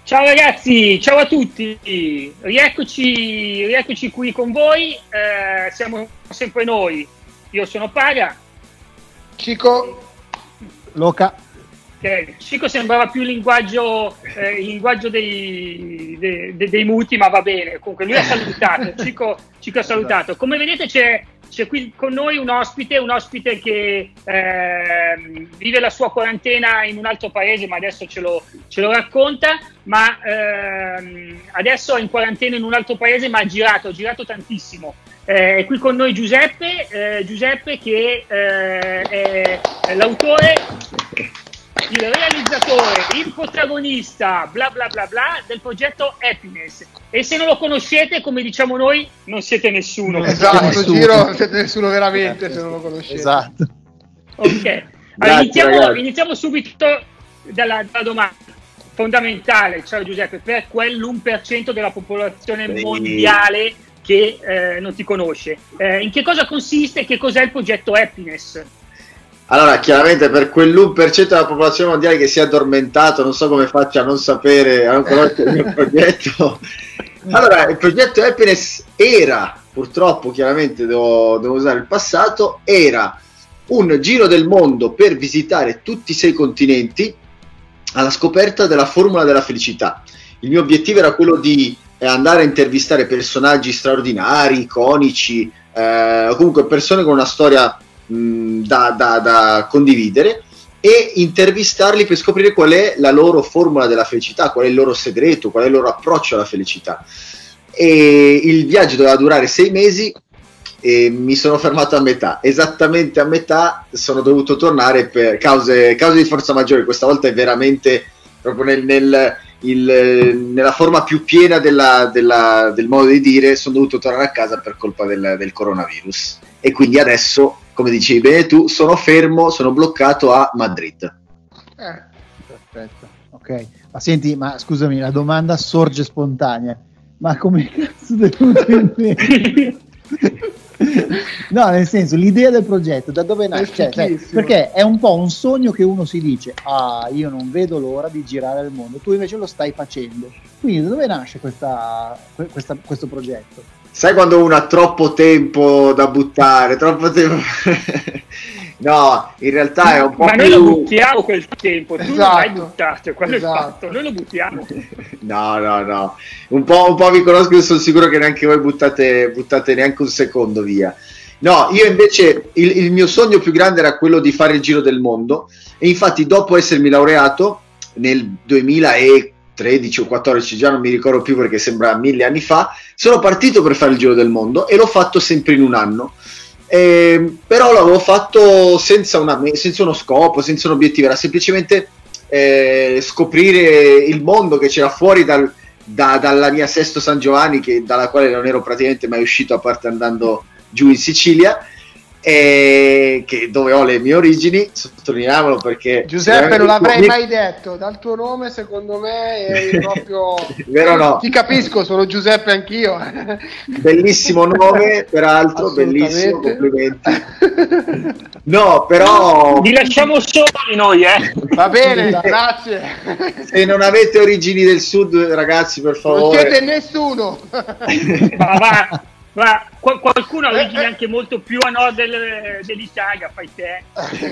Ciao ragazzi, ciao a tutti, rieccoci qui con voi, siamo sempre noi, io sono Paga. Cico. Loca. Cico sembrava più il linguaggio dei muti, ma va bene, comunque lui ha salutato, Cico ha salutato. Come vedete c'è qui con noi un ospite che vive la sua quarantena in un altro paese, ma adesso ce lo racconta, ma adesso è in quarantena in un altro paese, ma ha girato tantissimo. È qui con noi Giuseppe che è l'autore, il realizzatore, il protagonista, bla bla bla bla, del progetto Happiness. E se non lo conoscete, come diciamo noi, non siete nessuno. Esatto, Giro, non siete nessuno veramente se non lo conoscete. Esatto. Ok, allora, iniziamo subito dalla domanda fondamentale. Ciao Giuseppe, per quell'1% della popolazione mondiale che non ti conosce, in che cosa consiste e che cos'è il progetto Happiness? Allora, chiaramente per quell'1% della popolazione mondiale che si è addormentato, non so come faccia a non sapere, a non conoscere il mio progetto. Allora, il progetto Happiness era, purtroppo, chiaramente devo usare il passato, era un giro del mondo per visitare tutti i 6 continenti alla scoperta della formula della felicità. Il mio obiettivo era quello di andare a intervistare personaggi straordinari, iconici, o comunque persone con una storia da condividere, e intervistarli per scoprire qual è la loro formula della felicità, qual è il loro segreto, qual è il loro approccio alla felicità. E il viaggio doveva durare 6 mesi e mi sono fermato a metà, esattamente a metà. Sono dovuto tornare per cause di forza maggiore. Questa volta è veramente proprio nella forma più piena del modo di dire. Sono dovuto tornare a casa per colpa del coronavirus, e quindi adesso, come dicevi bene tu, sono fermo, sono bloccato a Madrid. Perfetto, ok. Ma senti, ma scusami, la domanda sorge spontanea. Ma come cazzo è venuto in mente? No, nel senso, l'idea del progetto, da dove nasce? Perché è un po' un sogno che uno si dice, io non vedo l'ora di girare il mondo. Tu invece lo stai facendo. Quindi da dove nasce questo progetto? Sai quando uno ha troppo tempo da buttare, troppo tempo... No, in realtà è un po' ma più... noi lo buttiamo quel tempo, tu esatto, non l'hai buttato, quello esatto. è fatto, noi lo buttiamo. No, un po' vi conosco e sono sicuro che neanche voi buttate neanche un secondo via. No, io invece il mio sogno più grande era quello di fare il giro del mondo, e infatti dopo essermi laureato nel 2013 o 14, già non mi ricordo più perché sembra 1000 anni fa, sono partito per fare il giro del mondo e l'ho fatto sempre in un anno. Però l'avevo fatto senza uno scopo, senza un obiettivo, era semplicemente scoprire il mondo che c'era fuori dalla mia Sesto San Giovanni, dalla quale non ero praticamente mai uscito, a parte andando giù in Sicilia, dove ho le mie origini. Sottolineiamolo perché Giuseppe, non l'avrei mai detto, dal tuo nome secondo me è proprio vero. No, ti capisco, sono Giuseppe anch'io. Bellissimo nome, peraltro, bellissimo, complimenti. No, però Vi lasciamo soli noi, Va bene, grazie. se non avete origini del sud, ragazzi, per Non favore, siete nessuno. ma qualcuno ha origini anche molto più a nord dell'Italia, fai te.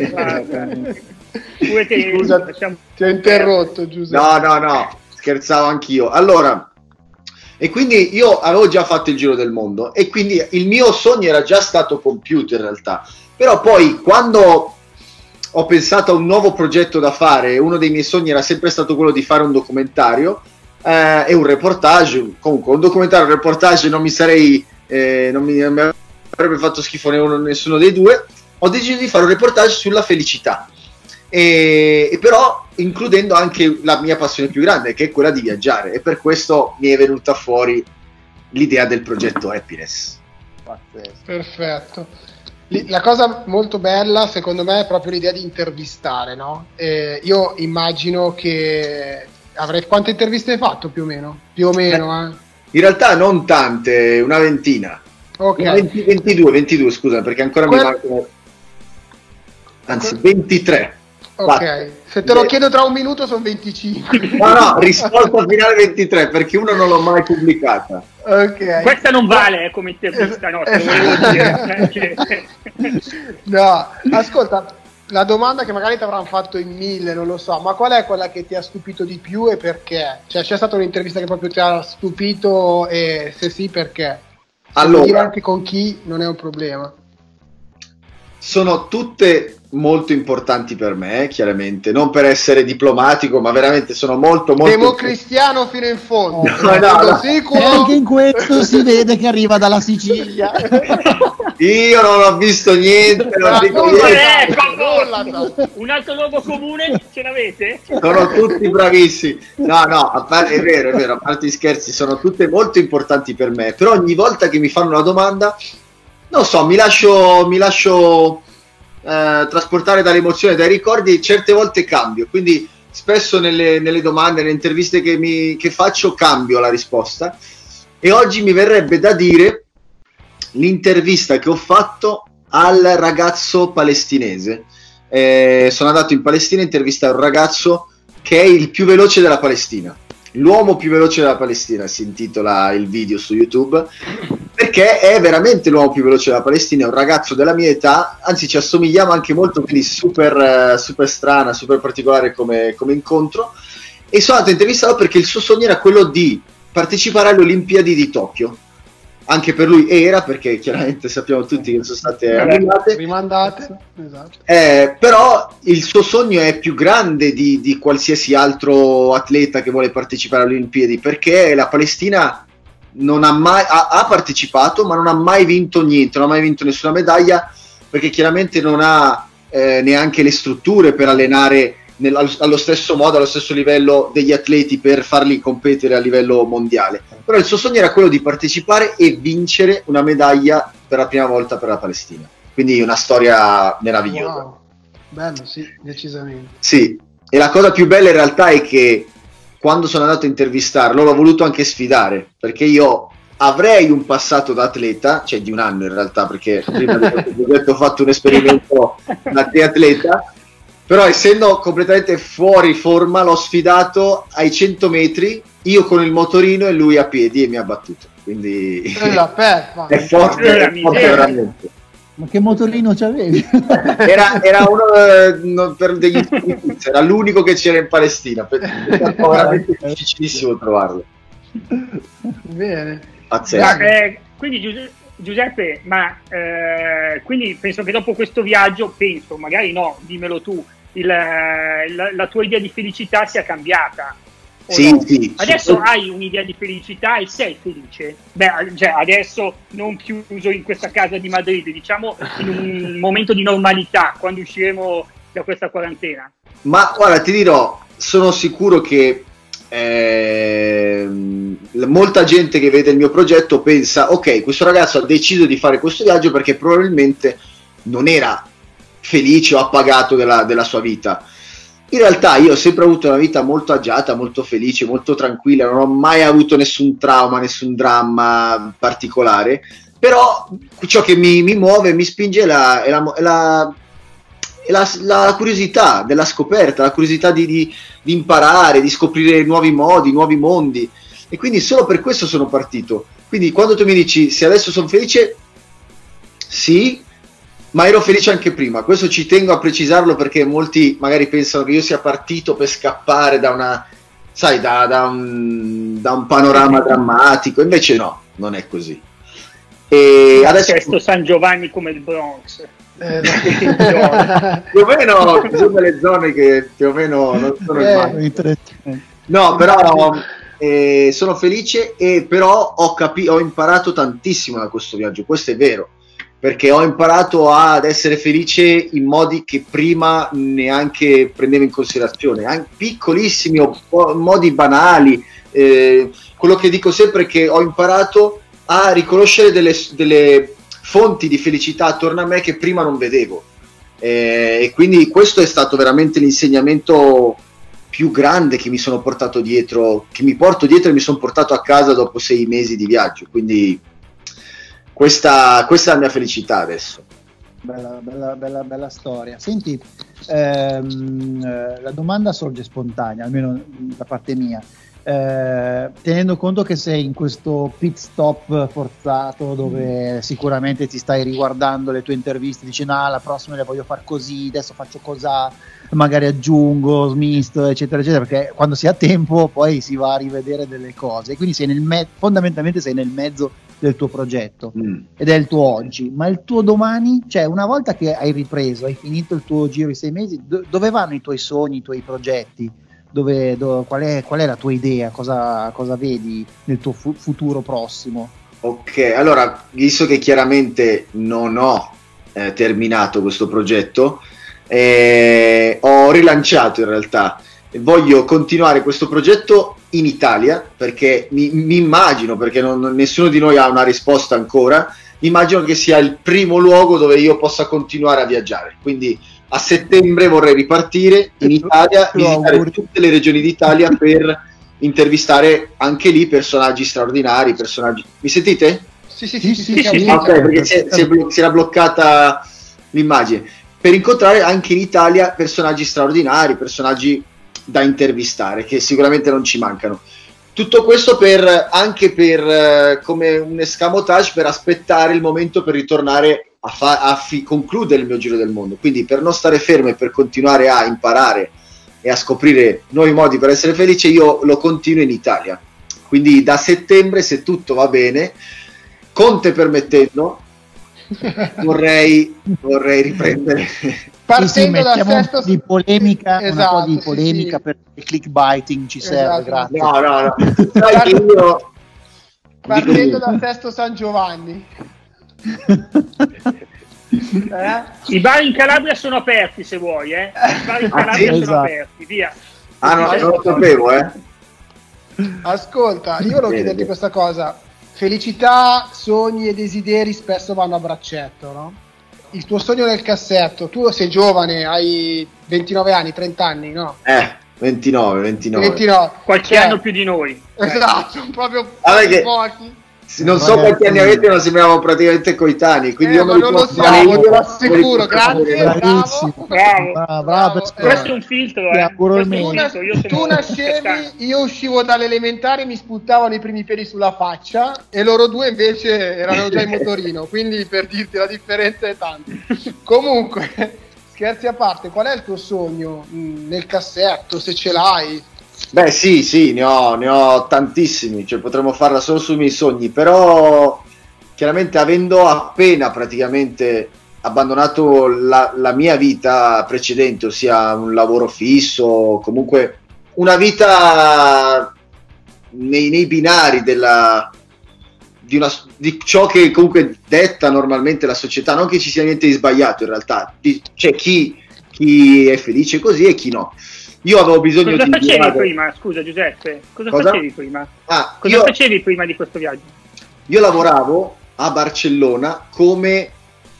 Scusa, ti ho interrotto, Giuseppe. No, scherzavo anch'io. Allora, e quindi io avevo già fatto il giro del mondo, e quindi il mio sogno era già stato compiuto in realtà. Però poi, quando ho pensato a un nuovo progetto da fare, uno dei miei sogni era sempre stato quello di fare un documentario e un reportage. Comunque un documentario e un reportage non mi avrebbe fatto schifo nessuno dei due. Ho deciso di fare un reportage sulla felicità, e però includendo anche la mia passione più grande, che è quella di viaggiare, e per questo mi è venuta fuori l'idea del progetto Happiness. Pazzesco. Perfetto. La cosa molto bella secondo me è proprio l'idea di intervistare, no? Io immagino che quante interviste hai fatto più o meno? In realtà non tante, una ventina. Ok. 22, scusa, perché ancora mi mancano, anzi 23. Ok, se te lo chiedo tra un minuto sono 25. No, risposta finale 23, perché una non l'ho mai pubblicata. Ok. Questa non vale come intervista, no, te lo volevo dire. No, ascolta, la domanda che magari ti avranno fatto in 1000, non lo so, ma qual è quella che ti ha stupito di più e perché? Cioè, c'è stata un'intervista che proprio ti ha stupito e se sì, perché? Se Allora, puoi dire anche con chi non è un problema. sono tutte molto importanti per me, chiaramente, non per essere diplomatico, ma veramente sono molto Democristiano fino in fondo. No. E anche in questo si vede che arriva dalla Sicilia. Io non ho visto niente, non dico niente. Un altro luogo comune ce l'avete? Sono tutti bravissimi. No, è vero, a parte gli scherzi, sono tutte molto importanti per me, però ogni volta che mi fanno una domanda, non so, mi lascio trasportare dalle emozioni, dai ricordi, certe volte cambio, quindi spesso nelle domande, nelle interviste che faccio cambio la risposta, e oggi mi verrebbe da dire l'intervista che ho fatto al ragazzo palestinese. Sono andato in Palestina a intervistare un ragazzo che è il più veloce della Palestina, l'uomo più veloce della Palestina, si intitola il video su YouTube, perché è veramente l'uomo più veloce della Palestina, è un ragazzo della mia età, anzi ci assomigliamo anche molto, quindi super strana, super particolare come incontro, e sono andato a intervistarlo perché il suo sogno era quello di partecipare alle Olimpiadi di Tokyo. Anche per lui era, perché chiaramente sappiamo tutti che sono state rimandate. Esatto. Però il suo sogno è più grande di qualsiasi altro atleta che vuole partecipare alle Olimpiadi, perché la Palestina non ha mai ha partecipato, ma non ha mai vinto niente, non ha mai vinto nessuna medaglia, perché chiaramente non ha neanche le strutture per allenare allo stesso modo, allo stesso livello degli atleti, per farli competere a livello mondiale. Però il suo sogno era quello di partecipare e vincere una medaglia per la prima volta per la Palestina, quindi una storia meravigliosa. Wow. Bello, sì, decisamente. Sì, e la cosa più bella in realtà è che quando sono andato a intervistarlo l'ho voluto anche sfidare, perché io avrei un passato da atleta, cioè di un anno in realtà, perché prima di questo progetto ho fatto un esperimento da triatleta, però essendo completamente fuori forma l'ho sfidato ai 100 metri, io con il motorino e lui a piedi, e mi ha battuto, quindi è forte veramente. Ma che motorino c'avevi? Era uno per degli Spirits, era l'unico che c'era in Palestina, è veramente difficilissimo trovarlo. Bene. Pazzesco. Quindi Giuseppe, quindi penso che dopo questo viaggio, magari no, dimmelo tu, la tua idea di felicità sia cambiata. Sì, no? sì. Adesso hai un'idea di felicità e sei felice? Cioè, adesso non chiuso in questa casa di Madrid, diciamo in un momento di normalità, quando usciremo da questa quarantena. Ma guarda, ti dirò, sono sicuro che molta gente che vede il mio progetto pensa: ok, questo ragazzo ha deciso di fare questo viaggio perché probabilmente non era felice o appagato della sua vita. In realtà io ho sempre avuto una vita molto agiata, molto felice, molto tranquilla, non ho mai avuto nessun trauma, nessun dramma particolare, però ciò che mi muove, mi spinge è la curiosità della scoperta, la curiosità di imparare, di scoprire nuovi modi, nuovi mondi, e quindi solo per questo sono partito. Quindi quando tu mi dici se adesso sono felice, sì, ma ero felice anche prima. Questo ci tengo a precisarlo, perché molti magari pensano che io sia partito per scappare da un panorama drammatico, invece no, non è così. E adesso questo San Giovanni come il Bronx. Più o meno sono delle zone che più o meno non sono il no, però sono felice, e però ho imparato tantissimo da questo viaggio, questo è vero, perché ho imparato ad essere felice in modi che prima neanche prendevo in considerazione, anche piccolissimi o modi banali. Quello che dico sempre è che ho imparato a riconoscere delle fonti di felicità attorno a me che prima non vedevo, e quindi questo è stato veramente l'insegnamento più grande che mi sono portato dietro, che mi porto dietro e mi sono portato a casa dopo 6 mesi di viaggio. Quindi questa è la mia felicità adesso. bella storia. Senti, la domanda sorge spontanea, almeno da parte mia. Tenendo conto che sei in questo pit stop forzato dove sicuramente ti stai riguardando le tue interviste dicendo la prossima le voglio fare così, adesso faccio cos'ha, magari aggiungo, smisto, eccetera eccetera, perché quando si ha tempo poi si va a rivedere delle cose, quindi sei fondamentalmente sei nel mezzo del tuo progetto ed è il tuo oggi, ma il tuo domani, cioè una volta che hai ripreso, hai finito il tuo giro di 6 mesi, dove vanno i tuoi sogni, i tuoi progetti? Qual è la tua idea? Cosa vedi nel tuo futuro prossimo? Ok, allora, visto che chiaramente non ho terminato questo progetto, ho rilanciato in realtà. Voglio continuare questo progetto in Italia perché mi immagino, perché nessuno di noi ha una risposta ancora, mi immagino che sia il primo luogo dove io possa continuare a viaggiare. Quindi a settembre vorrei ripartire in Italia, visitare tutte le regioni d'Italia per intervistare anche lì personaggi straordinari, Mi sentite? Sì. Ok, perché si era bloccata l'immagine. Per incontrare anche in Italia personaggi straordinari, personaggi da intervistare, che sicuramente non ci mancano. Tutto questo anche per come un escamotage per aspettare il momento per ritornare a concludere il mio giro del mondo. Quindi per non stare fermo e per continuare a imparare e a scoprire nuovi modi per essere felice, io lo continuo in Italia. Quindi da settembre, se tutto va bene, Conte permettendo, vorrei riprendere. Partendo dal sesto di polemica, esatto, un po' di polemica per il clickbaiting ci serve, grazie. No. Sai che io partendo dal sesto San Giovanni. I bar in Calabria sono aperti, se vuoi, I bar in Calabria sono aperti, via. No, non lo sapevo, Ascolta, io volevo chiederti questa cosa. Felicità, sogni e desideri spesso vanno a braccetto, no? Il tuo sogno nel cassetto, tu sei giovane, hai 29 anni, 30 anni, no? 29. Qualche anno più di noi. Esatto, proprio pochi. Non so quanti anni avete, ma sembriamo praticamente coetanei, quindi io non lo so, te lo assicuro, grazie, bravo. Questo è un filtro, Tu nascevi, io uscivo dalle elementari, mi spuntavano i primi peli sulla faccia e loro due invece erano già in motorino, quindi per dirti la differenza è tanta. Comunque, scherzi a parte, qual è il tuo sogno nel cassetto, se ce l'hai? Beh sì, ne ho tantissimi, cioè potremmo farla solo sui miei sogni, però chiaramente avendo appena praticamente abbandonato la mia vita precedente, ossia un lavoro fisso, comunque una vita nei binari di ciò che comunque detta normalmente la società, non che ci sia niente di sbagliato in realtà, c'è chi è felice così e chi no. Io avevo bisogno Cosa facevi prima? Scusa Giuseppe, cosa facevi prima? Cosa facevi prima di questo viaggio? Io lavoravo a Barcellona come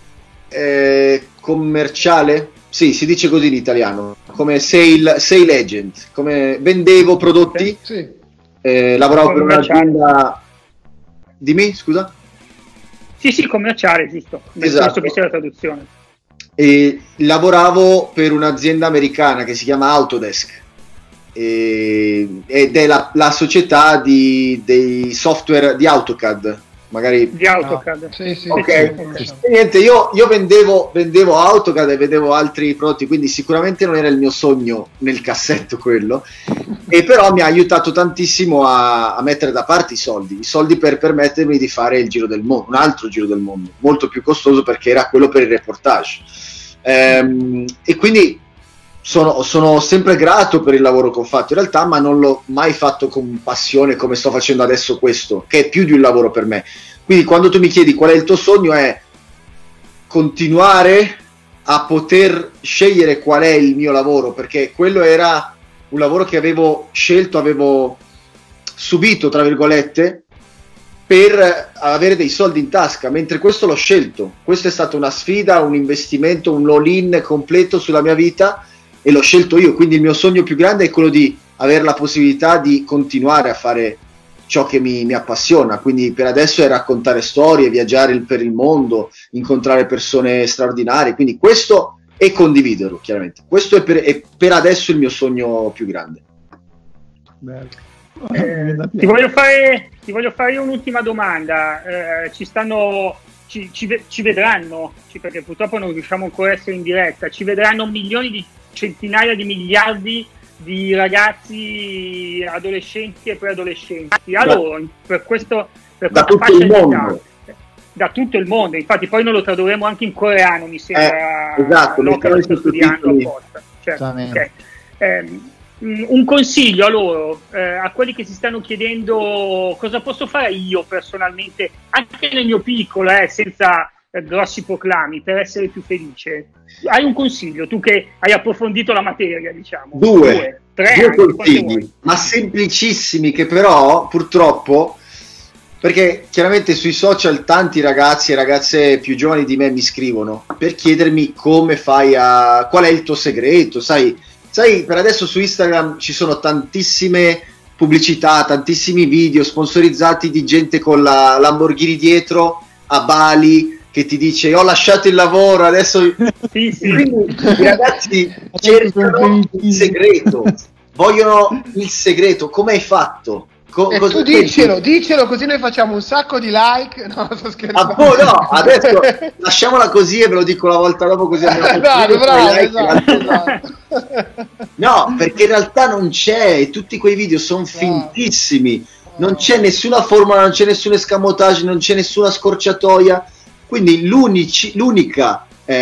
commerciale, sì, si dice così in italiano, come sales agent, come vendevo prodotti, lavoravo per un'azienda. Dimmi, scusa? Sì, commerciale, giusto. Esatto. Questa è la traduzione. E lavoravo per un'azienda americana che si chiama Autodesk ed è la società dei software di AutoCAD, magari di AutoCAD. Sì. Ok. Niente, io vendevo AutoCAD e vedevo altri prodotti, quindi sicuramente non era il mio sogno nel cassetto quello, e però mi ha aiutato tantissimo a mettere da parte i soldi per permettermi di fare il giro del mondo, un altro giro del mondo molto più costoso, perché era quello per il reportage. E quindi sono sempre grato per il lavoro che ho fatto in realtà, ma non l'ho mai fatto con passione come sto facendo adesso questo, che è più di un lavoro per me. Quindi quando tu mi chiedi qual è il tuo sogno, è continuare a poter scegliere qual è il mio lavoro, perché quello era un lavoro che avevo scelto, avevo subito tra virgolette, per avere dei soldi in tasca, mentre questo l'ho scelto. Questo è stata una sfida, un investimento, un all-in completo sulla mia vita, e l'ho scelto io. Quindi il mio sogno più grande è quello di avere la possibilità di continuare a fare ciò che mi appassiona, quindi per adesso è raccontare storie, viaggiare per il mondo, incontrare persone straordinarie, quindi questo e condividerlo chiaramente, questo è per adesso il mio sogno più grande. Ti voglio fare io un'ultima domanda. Ci vedranno, perché purtroppo non riusciamo ancora a essere in diretta, ci vedranno centinaia di miliardi di ragazzi, adolescenti e preadolescenti. Allora, per questa fascia di età, da tutto il mondo, infatti poi noi lo tradurremo anche in coreano, mi sembra. Esatto, no, che lo sto studiando apposta. Certo, okay. Un consiglio a loro, a quelli che si stanno chiedendo cosa posso fare io personalmente, anche nel mio piccolo, senza grossi proclami, per essere più felice. Hai un consiglio, tu che hai approfondito la materia, diciamo? Due tre consigli, ma semplicissimi, che però purtroppo, perché chiaramente sui social tanti ragazzi e ragazze più giovani di me mi scrivono per chiedermi come fai qual è il tuo segreto, sai, per adesso su Instagram ci sono tantissime pubblicità, tantissimi video sponsorizzati di gente con la Lamborghini dietro a Bali che ti dice ho lasciato il lavoro, adesso sì. Quindi i ragazzi cercano il segreto, vogliono il segreto, come hai fatto? Tu dicelo così noi facciamo un sacco di like. No, sto scherzando. No, adesso lasciamola così e ve lo dico la volta dopo, così esatto. No, perché in realtà non c'è, tutti quei video sono fintissimi, non c'è nessuna formula, non c'è nessun escamotage, non c'è nessuna scorciatoia, quindi l'unica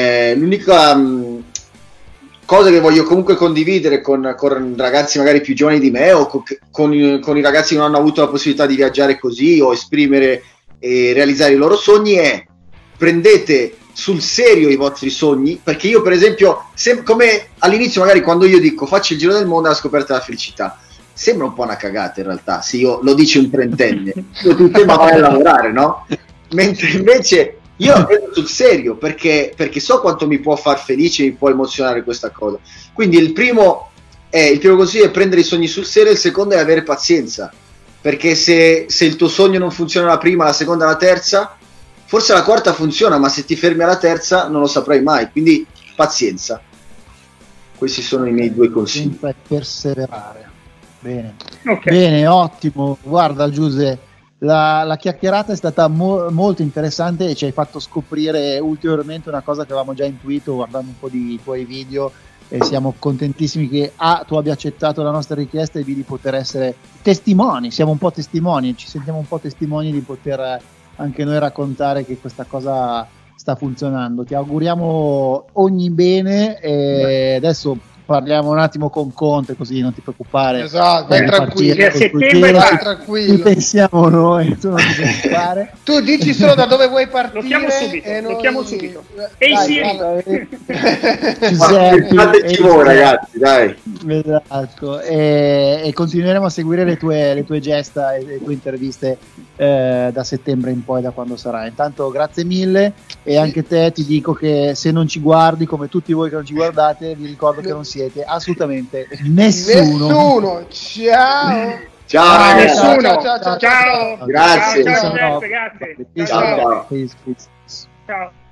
cosa che voglio comunque condividere con ragazzi magari più giovani di me o con i ragazzi che non hanno avuto la possibilità di viaggiare così o esprimere e realizzare i loro sogni è: prendete sul serio i vostri sogni, perché io per esempio come all'inizio magari quando io dico faccio il giro del mondo alla scoperta della felicità, sembra un po' una cagata in realtà, se io lo dice un trentenne ma vai a lavorare, no? Mentre invece io la prendo sul serio perché so quanto mi può far felice, mi può emozionare questa cosa. Quindi il primo consiglio è prendere i sogni sul serio, il secondo è avere pazienza, perché se il tuo sogno non funziona la prima, la seconda, la terza, forse la quarta funziona, ma se ti fermi alla terza non lo saprai mai, quindi pazienza. Questi sono i miei due consigli. Sempre perseverare. Bene, okay. Bene, ottimo. Guarda Giuseppe, la chiacchierata è stata molto interessante e ci hai fatto scoprire ulteriormente una cosa che avevamo già intuito guardando un po' di tuoi video, e siamo contentissimi che tu abbia accettato la nostra richiesta e di poter essere testimoni. Siamo un po' testimoni, ci sentiamo un po' testimoni di poter anche noi raccontare che questa cosa sta funzionando. Ti auguriamo ogni bene e adesso parliamo un attimo con Conte, così non ti preoccupare. Esatto, vai tranquillo. Vai tranquillo. Pensiamo noi, tu non ti preoccupare. Tu dici solo da dove vuoi partire. Lo chiamo subito. Ehi Siri. Fateci voi ragazzi, dai. Esatto. E continueremo a seguire le tue gesta e le tue interviste da settembre in poi, da quando sarà. Intanto grazie mille, e anche te ti dico che se non ci guardi, come tutti voi che non ci guardate, vi ricordo che non siete assolutamente nessuno. Ciao Ciao. Ciao. Grazie. Ciao. Ciao.